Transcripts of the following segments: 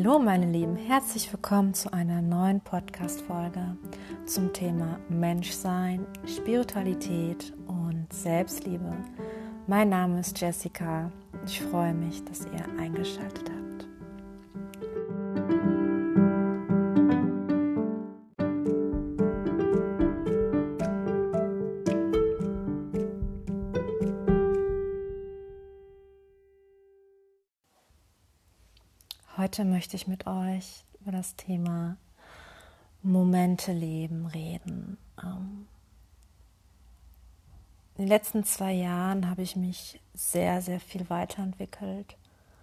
Hallo meine Lieben, herzlich willkommen zu einer neuen Podcast-Folge zum Thema Menschsein, Spiritualität und Selbstliebe. Mein Name ist Jessica und ich freue mich, dass ihr eingeschaltet habt. Heute möchte ich mit euch über das Thema Momente leben reden. In den letzten 2 Jahren habe ich mich sehr, sehr viel weiterentwickelt,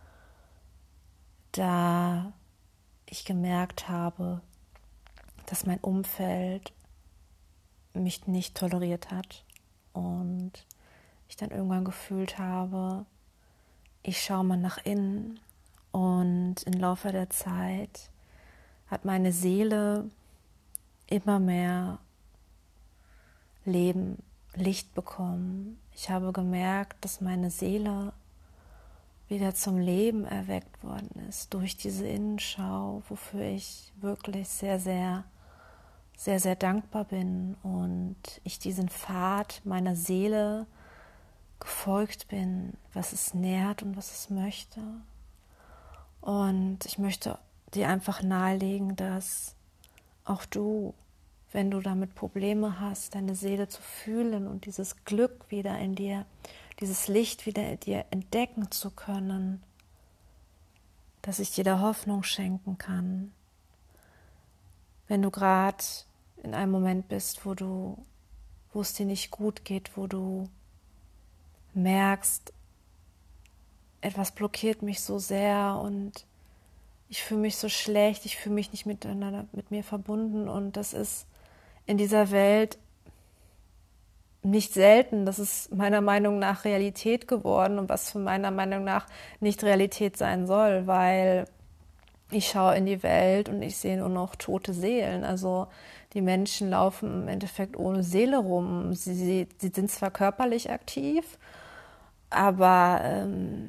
da ich gemerkt habe, dass mein Umfeld mich nicht toleriert hat und ich dann irgendwann gefühlt habe, ich schaue mal nach innen und im Laufe der Zeit hat meine Seele immer mehr Leben, Licht bekommen. Ich habe gemerkt, dass meine Seele wieder zum Leben erweckt worden ist durch diese Innenschau, wofür ich wirklich sehr, sehr, sehr, sehr dankbar bin und ich diesen Pfad meiner Seele gefolgt bin, was es nährt und was es möchte. Und ich möchte dir einfach nahelegen, dass auch du, wenn du damit Probleme hast, deine Seele zu fühlen und dieses Glück wieder in dir, dieses Licht wieder in dir entdecken zu können, dass ich dir da Hoffnung schenken kann. Wenn du gerade in einem Moment bist, wo es dir nicht gut geht, wo du merkst, etwas blockiert mich so sehr und ich fühle mich so schlecht, ich fühle mich nicht miteinander mit mir verbunden und das ist in dieser Welt nicht selten, das ist meiner Meinung nach Realität geworden und was von meiner Meinung nach nicht Realität sein soll, weil ich schaue in die Welt und ich sehe nur noch tote Seelen. Also die Menschen laufen im Endeffekt ohne Seele rum. Sie sind zwar körperlich aktiv, aber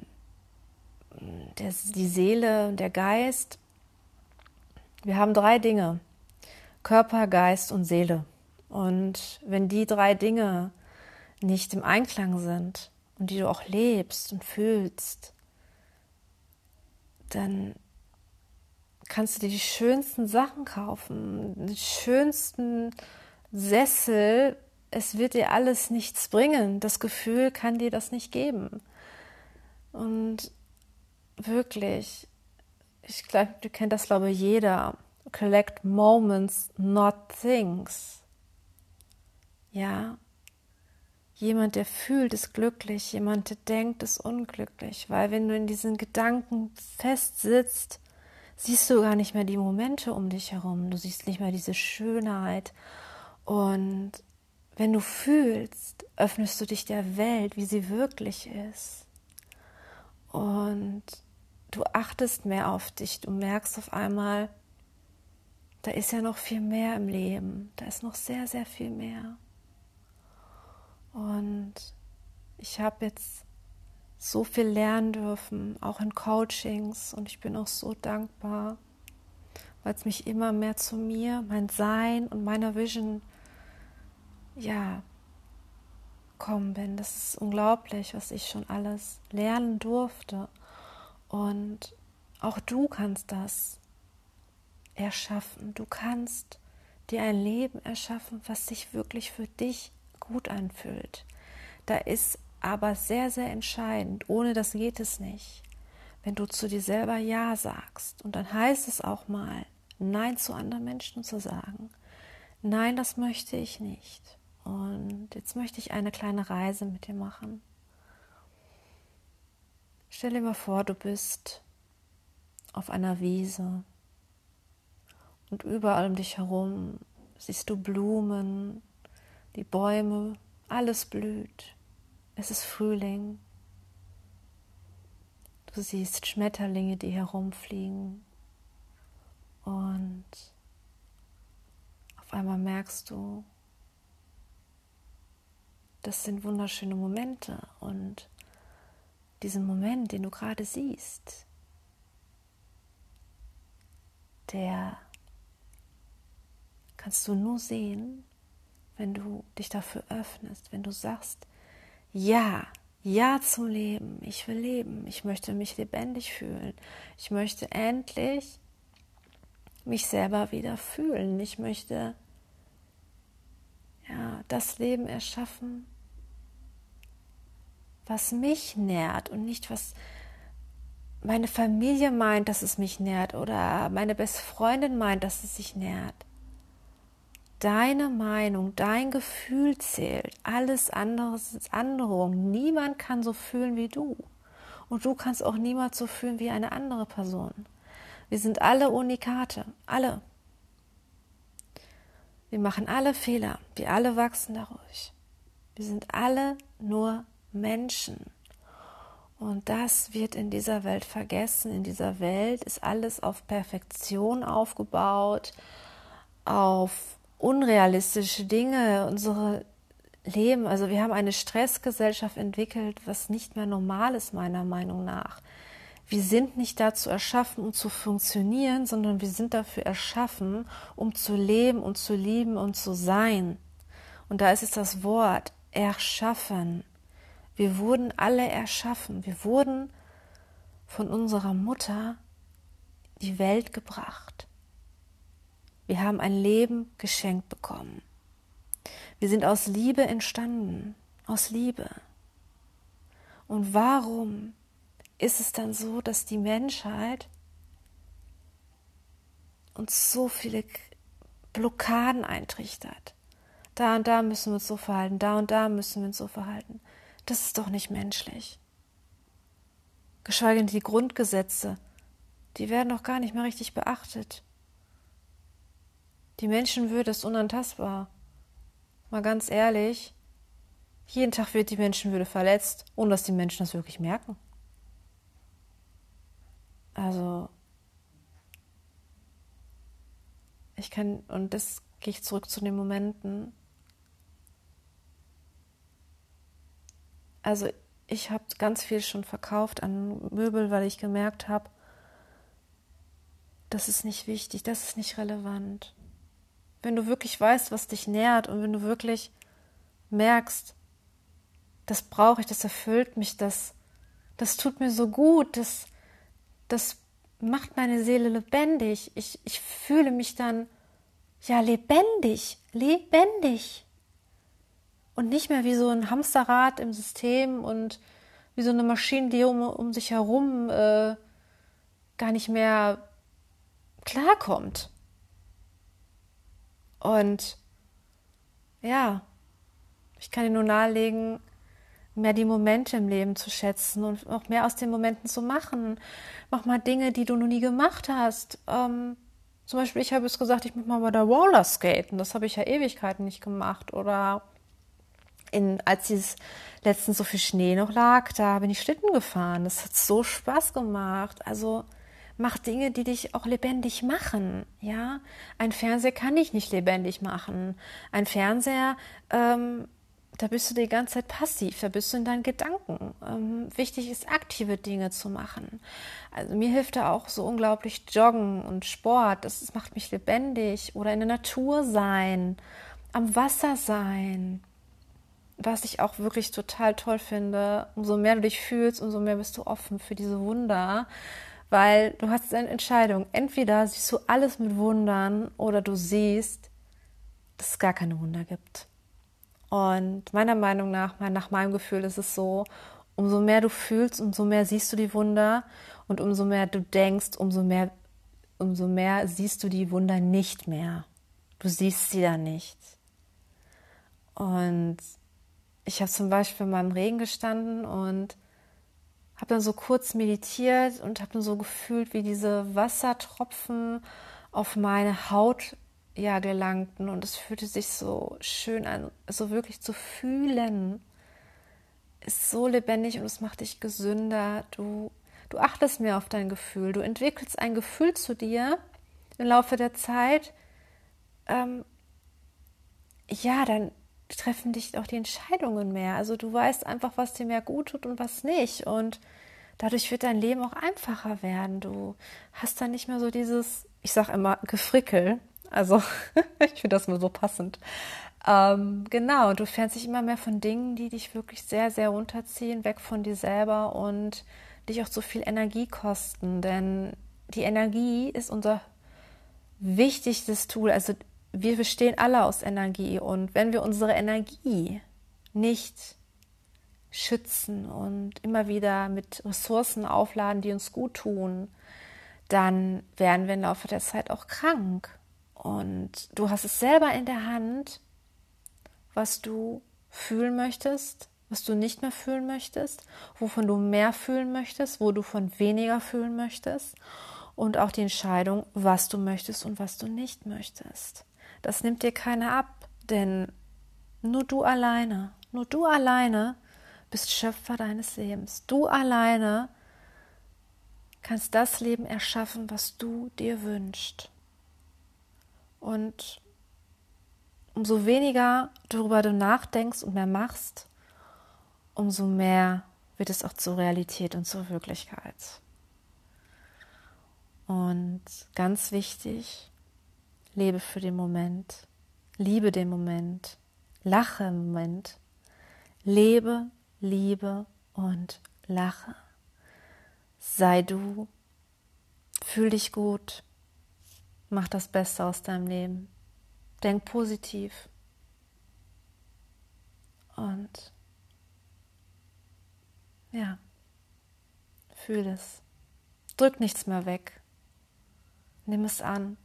die Seele, der Geist, wir haben 3 Dinge: Körper, Geist und Seele. Und wenn die 3 Dinge nicht im Einklang sind und die du auch lebst und fühlst, dann kannst du dir die schönsten Sachen kaufen, die schönsten Sessel. Es wird dir alles nichts bringen. Das Gefühl kann dir das nicht geben. Und wirklich, ich glaube, du kennst das, glaube ich, jeder. Collect moments, not things. Ja, jemand, der fühlt, ist glücklich, jemand, der denkt, ist unglücklich, weil wenn du in diesen Gedanken festsitzt, siehst du gar nicht mehr die Momente um dich herum, du siehst nicht mehr diese Schönheit und wenn du fühlst, öffnest du dich der Welt, wie sie wirklich ist und du achtest mehr auf dich, du merkst auf einmal, da ist ja noch viel mehr im Leben, da ist noch sehr, sehr viel mehr. Und ich habe jetzt so viel lernen dürfen, auch in Coachings. Und ich bin auch so dankbar, weil es mich immer mehr zu mir, mein Sein und meiner Vision, kommen bin. Das ist unglaublich, was ich schon alles lernen durfte. Und auch du kannst das erschaffen. Du kannst dir ein Leben erschaffen, was sich wirklich für dich gut anfühlt. Da ist aber sehr, sehr entscheidend, ohne das geht es nicht, wenn du zu dir selber Ja sagst. Und dann heißt es auch mal, Nein zu anderen Menschen zu sagen. Nein, das möchte ich nicht. Und jetzt möchte ich eine kleine Reise mit dir machen. Stell dir mal vor, du bist auf einer Wiese und überall um dich herum siehst du Blumen, die Bäume, alles blüht. Es ist Frühling. Du siehst Schmetterlinge, die herumfliegen. Und auf einmal merkst du, das sind wunderschöne Momente. Und diesen Moment, den du gerade siehst, der kannst du nur sehen, wenn du dich dafür öffnest, wenn du sagst, ja, ja zum Leben, ich will leben, ich möchte mich lebendig fühlen, ich möchte endlich mich selber wieder fühlen, ich möchte das Leben erschaffen, was mich nährt und nicht, was meine Familie meint, dass es mich nährt oder meine beste Freundin meint, dass es sich nährt. Deine Meinung, dein Gefühl zählt. Alles andere ist Anderung. Niemand kann so fühlen wie du. Und du kannst auch niemals so fühlen wie eine andere Person. Wir sind alle Unikate. Alle. Wir machen alle Fehler. Wir alle wachsen dadurch. Wir sind alle nur Menschen. Und das wird in dieser Welt vergessen. In dieser Welt ist alles auf Perfektion aufgebaut, auf unrealistische Dinge, unsere Leben. Also wir haben eine Stressgesellschaft entwickelt, was nicht mehr normal ist, meiner Meinung nach. Wir sind nicht dazu erschaffen, um zu funktionieren, sondern wir sind dafür erschaffen, um zu leben und zu lieben und zu sein. Und da ist es das Wort, erschaffen. Wir wurden alle erschaffen. Wir wurden von unserer Mutter die Welt gebracht. Wir haben ein Leben geschenkt bekommen. Wir sind aus Liebe entstanden, aus Liebe. Und warum ist es dann so, dass die Menschheit uns so viele Blockaden eintrichtert? Da und da müssen wir uns so verhalten, da und da müssen wir uns so verhalten. Das ist doch nicht menschlich. Geschweige denn die Grundgesetze, die werden doch gar nicht mehr richtig beachtet. Die Menschenwürde ist unantastbar. Mal ganz ehrlich, jeden Tag wird die Menschenwürde verletzt, ohne dass die Menschen das wirklich merken. Also, und das gehe ich zurück zu den Momenten. Also, ich habe ganz viel schon verkauft an Möbel, weil ich gemerkt habe, das ist nicht wichtig, das ist nicht relevant. Wenn du wirklich weißt, was dich nährt und wenn du wirklich merkst, das brauche ich, das erfüllt mich, das tut mir so gut, das macht meine Seele lebendig. Ich fühle mich dann, lebendig. Und nicht mehr wie so ein Hamsterrad im System und wie so eine Maschine, die um sich herum gar nicht mehr klarkommt. Und ich kann dir nur nahelegen, mehr die Momente im Leben zu schätzen und auch mehr aus den Momenten zu machen. Mach mal Dinge, die du noch nie gemacht hast. Zum Beispiel, ich habe jetzt gesagt, ich mache mal bei der Rollerskaten. Das habe ich ja Ewigkeiten nicht gemacht. Oder als letztens so viel Schnee noch lag, da bin ich Schlitten gefahren. Das hat so Spaß gemacht. Also mach Dinge, die dich auch lebendig machen. Ja, ein Fernseher kann dich nicht lebendig machen. Ein Fernseher, da bist du die ganze Zeit passiv, da bist du in deinen Gedanken. Wichtig ist, aktive Dinge zu machen. Also mir hilft da auch so unglaublich Joggen und Sport. Das macht mich lebendig. Oder in der Natur sein, am Wasser sein. Was ich auch wirklich total toll finde, umso mehr du dich fühlst, umso mehr bist du offen für diese Wunder. Weil du hast eine Entscheidung. Entweder siehst du alles mit Wundern oder du siehst, dass es gar keine Wunder gibt. Und meiner Meinung nach meinem Gefühl ist es so, umso mehr du fühlst, umso mehr siehst du die Wunder und umso mehr du denkst, umso mehr siehst du die Wunder nicht mehr. Du siehst sie dann nicht. Und ich habe zum Beispiel mal im Regen gestanden und habe dann so kurz meditiert und habe dann so gefühlt, wie diese Wassertropfen auf meine Haut gelangten und es fühlte sich so schön an, so wirklich zu fühlen. Ist so lebendig und es macht dich gesünder. Du achtest mehr auf dein Gefühl. Du entwickelst ein Gefühl zu dir im Laufe der Zeit. Dann treffen dich auch die Entscheidungen mehr. Also du weißt einfach, was dir mehr gut tut und was nicht. Und dadurch wird dein Leben auch einfacher werden. Du hast dann nicht mehr so dieses ich sage immer Gefrickel, also ich finde das nur so passend. Genau, du fernst dich immer mehr von Dingen, die dich wirklich sehr, sehr runterziehen, weg von dir selber und dich auch so viel Energie kosten, denn die Energie ist unser wichtigstes Tool. Also wir bestehen alle aus Energie und wenn wir unsere Energie nicht schützen und immer wieder mit Ressourcen aufladen, die uns gut tun, dann werden wir im Laufe der Zeit auch krank. Und du hast es selber in der Hand, was du fühlen möchtest, was du nicht mehr fühlen möchtest, wovon du mehr fühlen möchtest, wo du von weniger fühlen möchtest und auch die Entscheidung, was du möchtest und was du nicht möchtest. Das nimmt dir keiner ab, denn nur du alleine bist Schöpfer deines Lebens. Du alleine kannst das Leben erschaffen, was du dir wünschst. Und umso weniger darüber du nachdenkst und mehr machst, umso mehr wird es auch zur Realität und zur Wirklichkeit. Und ganz wichtig, lebe für den Moment, liebe den Moment, lache im Moment, lebe, liebe und lache. Sei du, fühl dich gut, mach das Beste aus deinem Leben, denk positiv und ja, fühl es. Drück nichts mehr weg, nimm es an,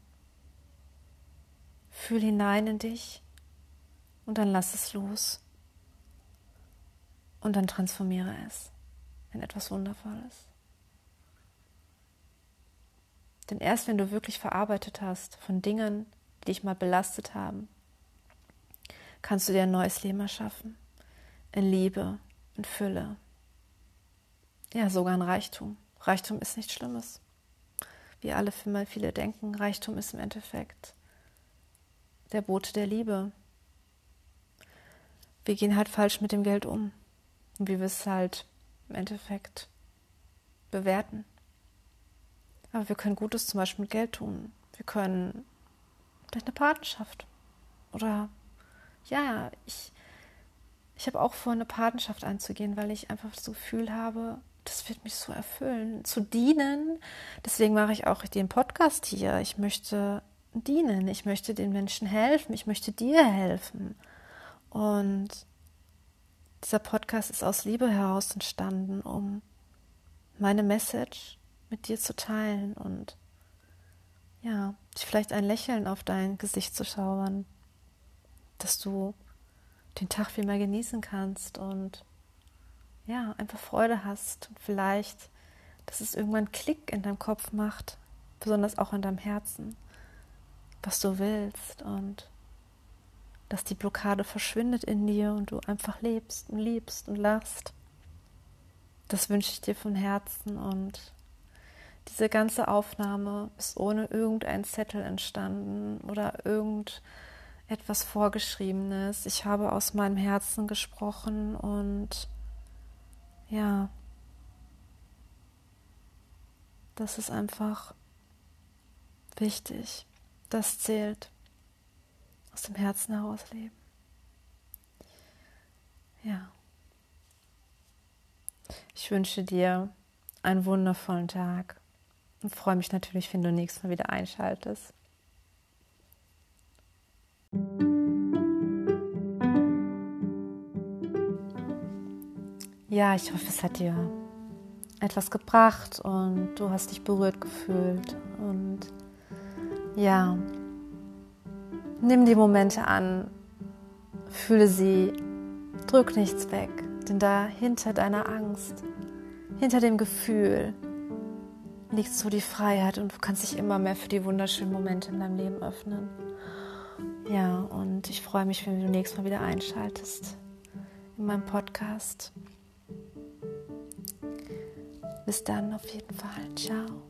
fühl hinein in dich und dann lass es los und dann transformiere es in etwas Wundervolles. Denn erst wenn du wirklich verarbeitet hast von Dingen, die dich mal belastet haben, kannst du dir ein neues Leben erschaffen. In Liebe, in Fülle. Ja, sogar in Reichtum. Reichtum ist nichts Schlimmes. Wie viele denken, Reichtum ist im Endeffekt der Bote der Liebe. Wir gehen halt falsch mit dem Geld um. Und wie wir es halt im Endeffekt bewerten. Aber wir können Gutes zum Beispiel mit Geld tun. Wir können vielleicht eine Patenschaft. Oder ja, ich habe auch vor, eine Patenschaft einzugehen, weil ich einfach das Gefühl habe, das wird mich so erfüllen, zu dienen. Deswegen mache ich auch den Podcast hier. Ich möchte dienen, ich möchte den Menschen helfen, ich möchte dir helfen. Und dieser Podcast ist aus Liebe heraus entstanden, um meine Message mit dir zu teilen und ja, dich vielleicht ein Lächeln auf dein Gesicht zu zaubern, dass du den Tag viel mehr genießen kannst und ja, einfach Freude hast und vielleicht, dass es irgendwann Klick in deinem Kopf macht, besonders auch in deinem Herzen, was du willst und dass die Blockade verschwindet in dir und du einfach lebst und liebst und lachst. Das wünsche ich dir von Herzen und diese ganze Aufnahme ist ohne irgendeinen Zettel entstanden oder irgendetwas Vorgeschriebenes. Ich habe aus meinem Herzen gesprochen und ja, das ist einfach wichtig. Das zählt. Aus dem Herzen heraus leben. Ja. Ich wünsche dir einen wundervollen Tag und freue mich natürlich, wenn du nächstes Mal wieder einschaltest. Ja, ich hoffe, es hat dir etwas gebracht und du hast dich berührt gefühlt. Und ja, nimm die Momente an, fühle sie, drück nichts weg, denn da hinter deiner Angst, hinter dem Gefühl liegt so die Freiheit und du kannst dich immer mehr für die wunderschönen Momente in deinem Leben öffnen. Ja, und ich freue mich, wenn du nächstes Mal wieder einschaltest in meinem Podcast. Bis dann auf jeden Fall. Ciao.